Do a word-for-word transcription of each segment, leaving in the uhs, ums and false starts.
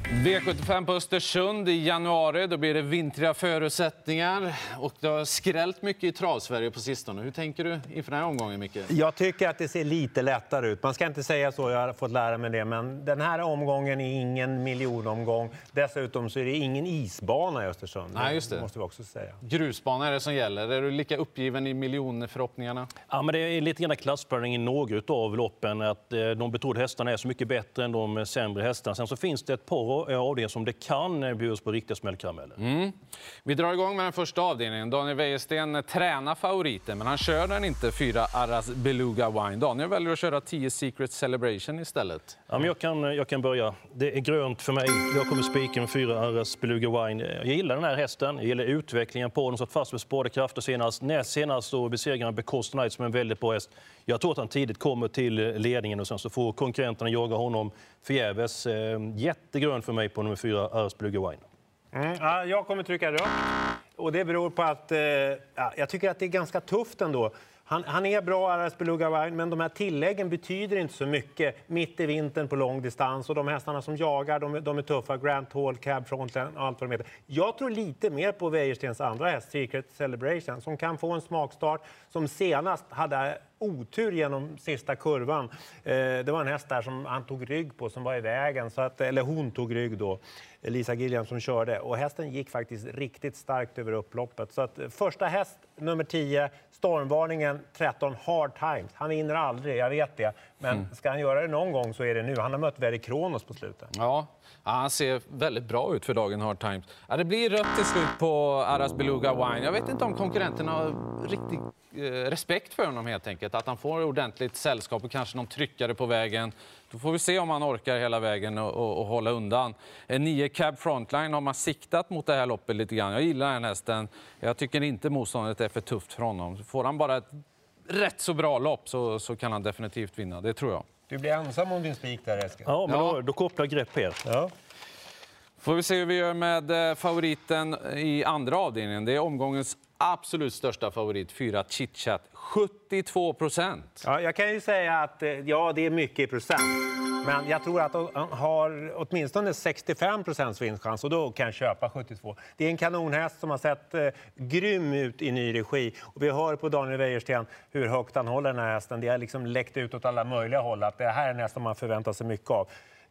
V sjuttiofem på Östersund i januari, då blir det vintriga förutsättningar och det har skrällt mycket i travsverige på sistone. Hur tänker du inför den här omgången, Micke? Jag tycker att det ser lite lättare ut. Man ska inte säga så, jag har fått lära mig det, men den här omgången är ingen miljonomgång. Dessutom så är det ingen isbana i Östersund. Nej, just det. det måste vi också säga. Grusbana är det som gäller. Är du lika uppgiven i miljonförhoppningarna? Ja, men det är lite grann klassföring i några av loppen. Att de betrodda hästarna är så mycket bättre än de sämre hästarna. Sen så finns det ett par av det som det kan bjudas på riktiga smällkarameller. Mm. Vi drar igång med den första avdelningen. Daniel Wäjersten tränar favoriten, men han kör den inte fyra Arras Beluga Wine. Daniel väljer att köra tio Secret Celebration istället. Ja, men jag, kan, jag kan börja. Det är grönt för mig. Jag kommer spika med fyra Arras Beluga Wine. Jag gillar den här hästen. Jag gillar utvecklingen på den. Satt fast med spadekrafter senast. Näst senast så besegrar han Because Night som en väldigt bra häst. Jag tror att han tidigt kommer till ledningen och sen så får konkurrenterna jaga honom förgäves. Jättegrön för mig på nummer fyra Arras Beluga Wine. Mm, ja, jag kommer trycka rött. Och det beror på att eh, ja, jag tycker att det är ganska tufft ändå. Han, han är bra, Arras Beluga Wine, men de här tilläggen betyder inte så mycket mitt i vintern på lång distans. Och de hästarna som jagar, de, de är tuffa. Grant Hall, Cab Frontline och allt vad de heter. Jag tror lite mer på Wäjerstens andra häst, Secret Celebration, som kan få en smakstart. Som senast hade otur genom sista kurvan. Eh, det var en häst där som han tog rygg på, som var i vägen. Så att, eller hon tog rygg då. Lisa Gilliam som körde. Och hästen gick faktiskt riktigt starkt över upploppet. Så att första häst, nummer tio, stormvarningen tretton, Hard Times. Han vinner aldrig, jag vet det. Men mm. ska han göra det någon gång så är det nu. Han har mött Very Kronos på slutet. Ja, han ser väldigt bra ut för dagen, Hard Times. Ja, det blir rött till slut på Arras Beluga Wine. Jag vet inte om konkurrenterna har riktigt eh, respekt för honom helt enkelt. Att han får ordentligt sällskap och kanske någon tryckare på vägen. Då får vi se om han orkar hela vägen och, och, och hålla undan. En nio Cab Frontline har man siktat mot det här loppet lite grann. Jag gillar den hästen. Jag tycker inte motståndet är för tufft för honom. Får han bara ett rätt så bra lopp så, så kan han definitivt vinna. Det tror jag. Du blir ensam om din spik där, Eskil. Ja, men ja. Då, då kopplar grepp här. Ja. Får vi se hur vi gör med favoriten i andra avdelningen. Det är omgångens absolut största favorit, fyra Chit Chat. sjuttiotvå procent. Ja, jag kan ju säga att ja, det är mycket i procent. Men jag tror att han har åtminstone sextiofem procents vinstchans och då kan jag köpa sjuttiotvå. Det är en kanonhäst som har sett eh, grym ut i ny regi. Och vi hör på Daniel Wäjersten hur högt han håller den här hästen. Det har liksom läckt ut åt alla möjliga håll att det här är nästan man förväntar sig mycket av.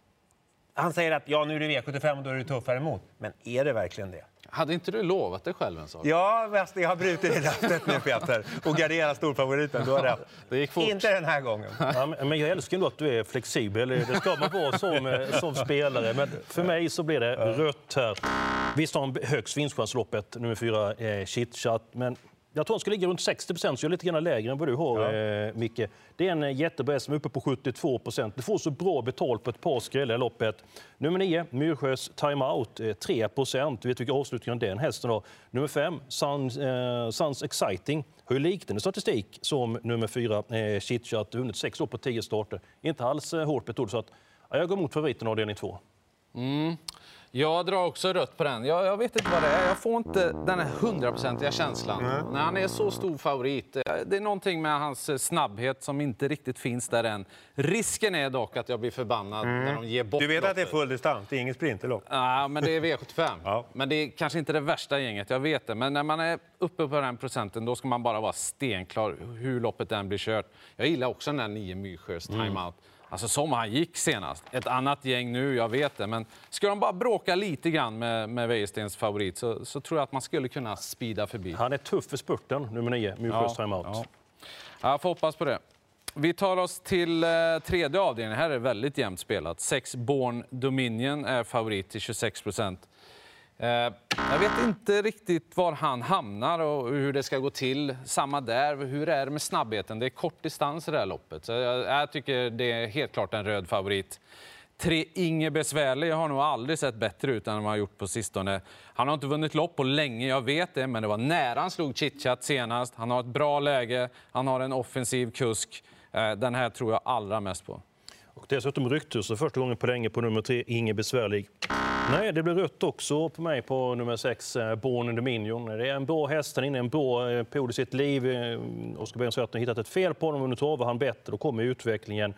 Han säger att ja, nu är det V sjuttiofem och då är det tuffare emot. Men är det verkligen det? Hade inte du lovat dig själv en sak? Ja, jag har brutit det löftet nu, Peter. Och garderar storfavoriten, då är det. Det gick fort. Inte den här gången. Ja, men jag älskar ju att du är flexibel. Det ska man vara som, som spelare. Men för mig så blir det rött här. Visst har han högst vinstchansloppet, nummer fyra, eh, Chit Chat. Men jag tror han ska ligga runt sextio procent, så jag är lite grann lägre än vad du har, ja. eh, Micke. Det är en jättebra som är uppe på sjuttiotvå procent. Du får så bra betalt på ett par skrällar i loppet. Nummer nio, Myrsjös Time Out, eh, tre procent. Du vet vilka avslutningar den hästen har. Nummer fem, Suns, eh, Suns Exciting. Har ju liknande statistik som nummer fyra, eh, Chit Chat. Vunnit sex år på tio starter. Inte alls eh, hårt betalt, så att ja, jag går mot favoriten avdelning två. Mm. Jag drar också rött på den. Jag, jag vet inte vad det är. Jag får inte den här hundraprocentiga känslan. Mm. När han är så stor favorit. Det är någonting med hans snabbhet som inte riktigt finns där än. Risken är dock att jag blir förbannad mm. när de ger bort. Du vet loppet. att det är full distans, det är ingen sprinterlopp. Ja, men det är V sjuttiofem. Ja. Men det är kanske inte det värsta gänget, jag vet det. Men när man är uppe på den procenten, då ska man bara vara stenklar hur loppet än blir kört. Jag gillar också den här nio Myrsjös Time Out. Mm. Alltså som han gick senast. Ett annat gäng nu, jag vet det. Men ska de bara bråka lite grann med, med Wäjerstens favorit så, så tror jag att man skulle kunna speeda förbi. Han är tuff för spurten, nummer nio, Myrsjös Time Out. Ja. Jag får hoppas på det. Vi tar oss till eh, tredje avdelningen. Här är det väldigt jämnt spelat. Sex Born Dominion är favorit till tjugosex procent. Eh, jag vet inte riktigt var han hamnar och hur det ska gå till. Samma där. Hur är det med snabbheten? Det är kort distans i det här loppet. Så jag, jag tycker det är helt klart en röd favorit. Tre Inge Besvärlig har nog aldrig sett bättre ut än vad han har gjort på sistone. Han har inte vunnit lopp på länge, jag vet det. Men det var nära han slog Chit Chat senast. Han har ett bra läge. Han har en offensiv kusk. Eh, den här tror jag allra mest på. Och dessutom ryktus för första gången på länge på nummer tre, Inge Besvärlig. Nej, det blir rött också på mig på nummer sex, Born Dominion. Det är en bra häst, han är en bra period i sitt liv. Oskar Björn säger att han har hittat ett fel på honom och nu travar han bättre. Då kommer utvecklingen.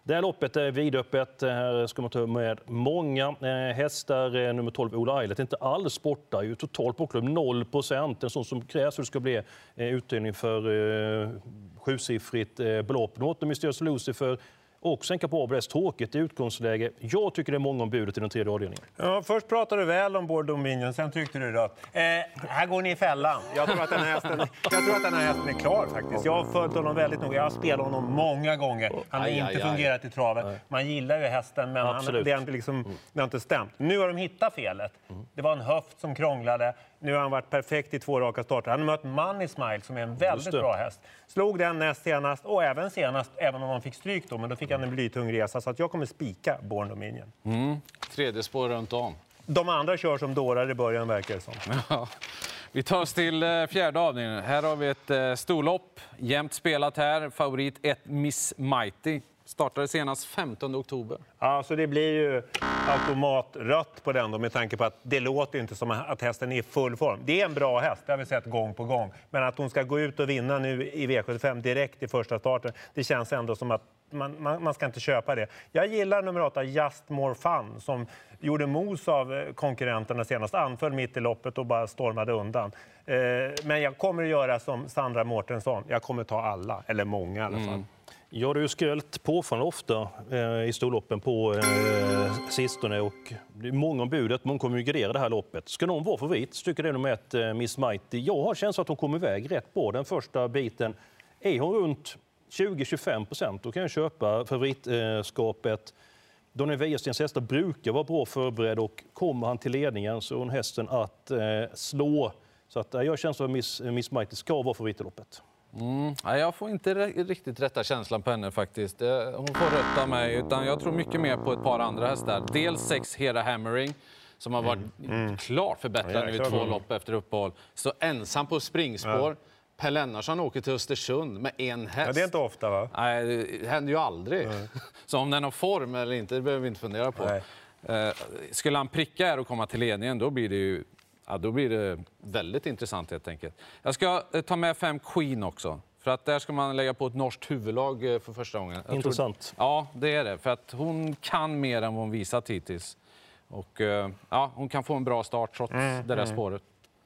Det här loppet är vidöppet. Här ska man ta med många eh, hästar. Eh, nummer tolv, Ola Eilert, inte alls sportar. Ju totalt på klubb noll procent. En sån som krävs för att det ska bli eh, utdelning för eh, sjusiffrigt eh, belopp. Något Mysterious Lucifer också en kapabel häst, tråkigt i utgångsläge. Jag tycker det är många om budet i den tredje avdelningen. Ja, först pratade du väl om Bordeaux Dominion, sen tyckte du rött. Eh, här går ni i fällan. Jag tror att den här hästen, jag tror att den här hästen är klar faktiskt. Jag har följt honom väldigt noga. Jag har spelat honom många gånger. Han har Aj, inte aj, fungerat aj. i travet. Nej. Man gillar ju hästen, men han, det, har inte liksom, det har inte stämt. Nu har de hittat felet. Det var en höft som krånglade. Nu har han varit perfekt i två raka starter. Han har mött Money Smile som är en väldigt bra häst. Slog den näst senast och även senast, även om han fick stryk då. Men då fick han en blytung resa, så att jag kommer spika Born Dominion. Mm. Tredje spår runt om. De andra kör som dårar i början, verkar det som. Ja. Vi tar oss till fjärde avdelningen. Här har vi ett storlopp. Jämnt spelat här. Favorit ett Miss Mighty. Startade senast femtonde oktober. Ja, så det blir ju automatrött på den då, med tanke på att det låter inte som att hästen är i full form. Det är en bra häst, det har vi sett gång på gång. Men att hon ska gå ut och vinna nu i V sjuttiofem direkt i första starten, det känns ändå som att man, man, man ska inte köpa det. Jag gillar nummer åtta, Just More Fun, som gjorde mos av konkurrenterna senast. Anföll mitt i loppet och bara stormade undan. Eh, men jag kommer att göra som Sandra Mårtensson. Jag kommer ta alla, eller många i alla fall. Mm. Ja, det har ju skrällt påfallande ofta eh, i storloppen på eh, sistone, och det är många om budet. Många kommer att gradera det här loppet. Ska någon vara favorit så tycker det är nummer ett, eh, Miss Mighty. Jag har känslan att hon kommer iväg rätt på den första biten. Är hon runt tjugo till tjugofem procent, då kan jag köpa favoritskapet. Daniel Wäjerstens hästar brukar vara bra förberedd, och kommer han till ledningen så är hon hästen att eh, slå. Så att, eh, jag känner att Miss, Miss Mighty ska vara favorit i loppet. Mm. Ja, jag får inte riktigt rätta känslan på henne faktiskt. Hon får rötta mig, utan jag tror mycket mer på ett par andra hästar. Dels sex Hera Hammering som har varit mm. Mm. klart förbättrad nu i två lopp efter uppehåll. Så ensam på springspår. Ja. Per Lennarsson åker till Östersund med en häst. Ja, det är inte ofta, va? Nej, det händer ju aldrig. Nej. Så om den har form eller inte, det behöver vi inte fundera på. Nej. Skulle han pricka här och komma till ledningen, då blir det ju... Ja, då blir det väldigt intressant helt enkelt. Jag ska ta med fem Queen också. För att där ska man lägga på ett norskt huvudlag för första gången. Jag Intressant. Tror, ja, det är det. För att hon kan mer än vad hon visat hittills. Och ja, hon kan få en bra start trots mm, det där mm. spåret.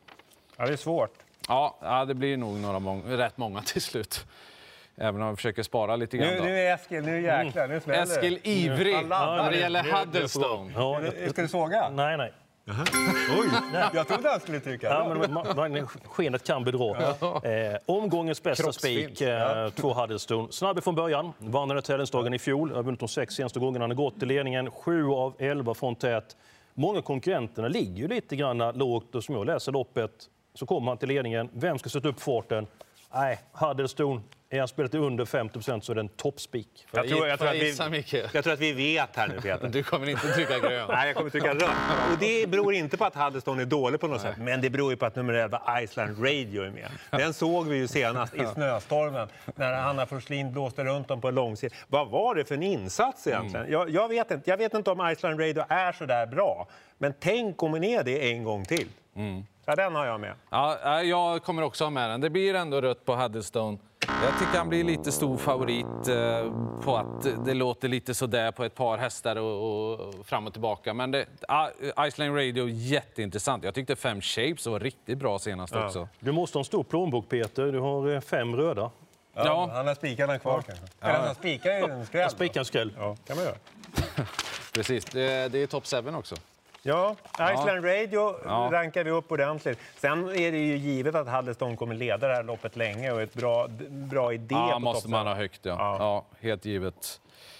Ja, det är svårt. Ja, ja det blir nog några må rätt många till slut. Även om vi försöker spara lite grann. Nu, nu är Eskil, nu jäklar, nu smäller det. Eskil ivrig mm. när det gäller Huddlestone. Ja, ska du såga? Nej, nej. Jaha. Oj, jag trodde han skulle trycka. Ja, men man, man, skenet kan bedra. Ja. Eh, omgångens bästa spik, eh, ja. två Huddlestone. Snabb från början, vann den tävlingsdagen i fjol. Jag har vunnit de sex senaste gångerna. Han har gått i ledningen, sju av elva från tät. Många konkurrenterna ligger ju lite grann lågt, och som jag läser loppet så kommer han till ledningen. Vem ska sätta upp farten? Nej, Huddlestone. Är han spelat under femtio procent så är det en toppspik. Jag tror, jag, tror att vi, jag tror att vi vet här nu, Peter. Du kommer inte trycka grön. Nej, jag kommer trycka rött. Och det beror inte på att Huddlestone är dålig på något Nej. sätt. Men det beror ju på att nummer elva Iceland Radio är med. Den såg vi ju senast i snöstormen. När Hanna Forslin blåste runt dem på en långsid. Vad var det för en insats egentligen? Mm. Jag, jag, vet inte, jag vet inte om Iceland Radio är så där bra. Men tänk om hon är det en gång till. Mm. Så den har jag med. Ja, jag kommer också ha med den. Det blir ändå rött på Huddlestone. Jag tycker han blir lite stor favorit eh, på att det låter lite så där på ett par hästar och, och fram och tillbaka. Men det, uh, Iceland Radio jätteintressant. Jag tyckte fem Shapes var riktigt bra senast ja. också. Du måste ha en stor plånbok, Peter. Du har fem röda. Ja, ja. Han har spikarna kvar ja. kanske. Eller ja. han spikar ju en skräll. Spikar en skräll. Ja, kan man göra. Precis, det, det är top sju också. Ja, Iceland ja. Radio ja. rankar vi upp ordentligt. Sen är det ju givet att Huddlestone kommer leda det här loppet länge och ett bra, bra idé ja, på måste man ha högt, ja. ja. ja helt givet.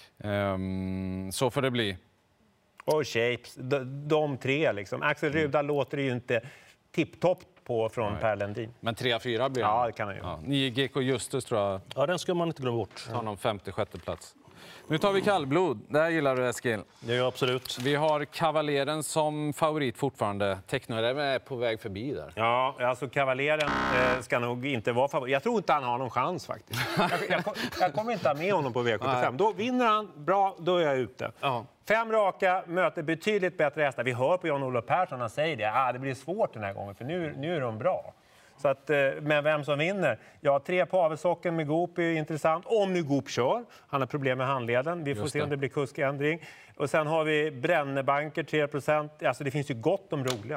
Um, så får det bli. Och Shapes, de, de tre liksom. Axel Ruda mm. låter det ju inte tipptopp på från Nej. Per Lendin. Men tre fyra blir Ja, det kan han ju. Ja. nio G K Justus tror jag. Ja, den ska man inte glömma bort. Tar någon femte, sjätte plats. Nu tar vi kallblod. Det här gillar du, Eskil. Det gör absolut. Vi har Kavaleren som favorit fortfarande. Technorev är på väg förbi där. Ja, alltså Kavaleren eh, ska nog inte vara favorit. Jag tror inte han har någon chans faktiskt. jag, jag, jag kommer inte ha med honom på V sjuttiofem. Då vinner han bra, då är jag ute. Ja. Fem raka, möter betydligt bättre hästar. Vi hör på Jan-Olof Persson, han säger det. Ah, det blir svårt den här gången, för nu, nu är de bra. Så att, men vem som vinner? Ja, tre på avsocken med Goop är intressant. Om nu Goop kör. Han har problem med handleden. Vi får Just se det. om det blir kuskändring. Och sen har vi Brännebanker, tre procent. Alltså det finns ju gott om roliga.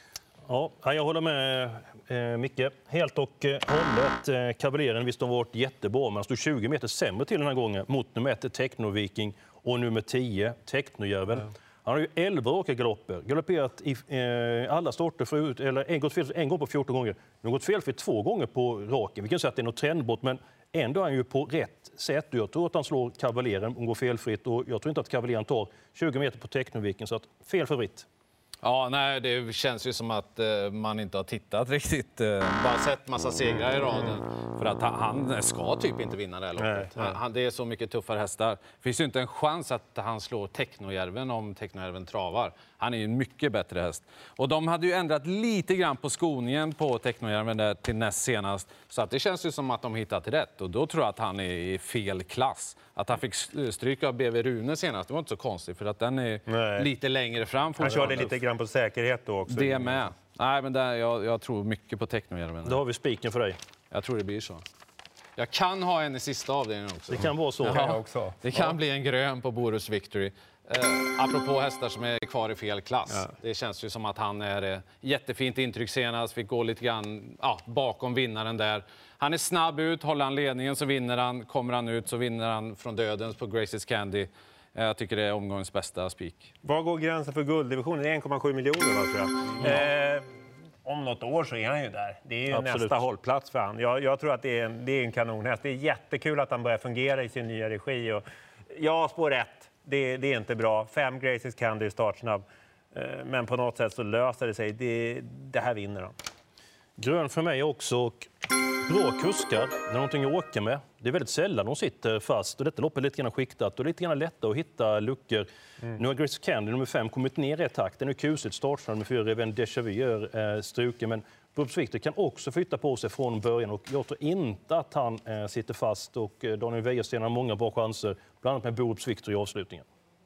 Ja, jag håller med eh, Micke. Helt och eh, hållet. Eh, Kavalieren visst har varit jättebra, men han stod tjugo meter sämre till den här gången mot nummer ett Technoviking och nummer tio Technojärven. Mm. Han har ju elva raka galopper. Galopperat i eh, alla starter förut, eller en gått fel en gång på fjorton gånger. Nu har gått felfritt två gånger på raken. Vi kan säga att det är något trendbrott, men ändå är han ju på rätt sätt. Jag tror att han slår Kavalieren och går felfritt, och jag tror inte att Kavalieren tar tjugo meter på Technoviking, så att fel favorit. Ja, nej, det känns ju som att eh, man inte har tittat riktigt. Eh, bara sett massa segrar i raden. För att han, han ska typ inte vinna det här loppet. Nej, nej. Han, det är så mycket tuffare hästar. Det finns ju inte en chans att han slår Technojärven om Technojärven travar. Han är ju en mycket bättre häst. Och de hade ju ändrat lite grann på skoningen på Technojärven där till näst senast. Så att det känns ju som att de hittat rätt. Och då tror jag att han är i fel klass. Att han fick stryka av B V Rune senast, det var inte så konstigt. För att den är Nej. lite längre fram. Han körde lite grann på säkerhet då också. Det med. Nej, men där, jag, jag tror mycket på Technojärven. Då har vi spiken för dig. Jag tror det blir så. Jag kan ha en i sista avdelningen också. Det kan vara så. Ja, också. det kan bli en grön på Borus Victory. Eh, apropå hästar som är kvar i fel klass. Ja. Det känns ju som att han är eh, jättefint intryck senast. Fick gå lite grann ja, bakom vinnaren där. Han är snabb ut, håller han ledningen så vinner han. Kommer han ut så vinner han från dödens på Grace's Candy. Eh, jag tycker det är omgångens bästa spik. Vad går gränsen för gulddivisionen? Det är en komma sju miljoner, va, tror jag. Mm. Eh, om något år så är han ju där. Det är ju Absolut. nästa hållplats för han. Jag, jag tror att det är, en, det är en kanonhäst. Det är jättekul att han börjar fungera i sin nya regi. Och, ja, spår rätt. Det, det är inte bra. Fem Grace's Candy är startsnabb. Eh, men på något sätt så löser det sig. Det, det här vinner han. Grön för mig också. Och bra kuskar. Det är någonting att åka med. Det är väldigt sällan de sitter fast. Och detta loppet är lite grann skiktat och lite grann lättare att hitta luckor. Mm. Nu har Grace's Candy nummer fem kommit ner i ett takt. Den är kusigt startsnabb med fyra Reven Déjà Vu är struken. Men Borus Victory kan också flytta på sig från början. Och jag tror inte att han eh, sitter fast. Och eh, Daniel Wäjersten har många bra chanser. Bland annat med Borus Victory i avslutningen.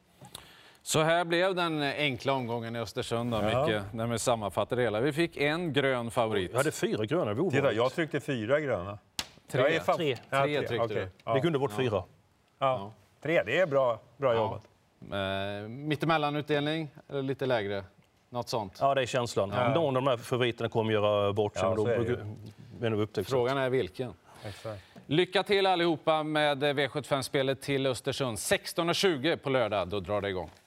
Så här blev den enkla omgången i Östersund, då, ja. Mycket, när vi sammanfattar det hela. Vi fick en grön favorit. Jag hade fyra gröna. Titta, jag tryckte fyra gröna. Tre, jag är fan... tre. Ja, tre tryckte okay. du. Ja. Det kunde varit fyra. Ja. Ja. Tre, det är bra, bra ja. jobbat. Eh, mittemellanutdelning eller lite lägre? Något sånt? Ja, det är känslan. Ja. Någon av de här favoriterna kommer göra bort sig. Ja, men då, då Frågan är vilken. Exakt. Lycka till allihopa med V sjuttiofem-spelet till Östersund. sexton och tjugo på lördag, då drar det igång.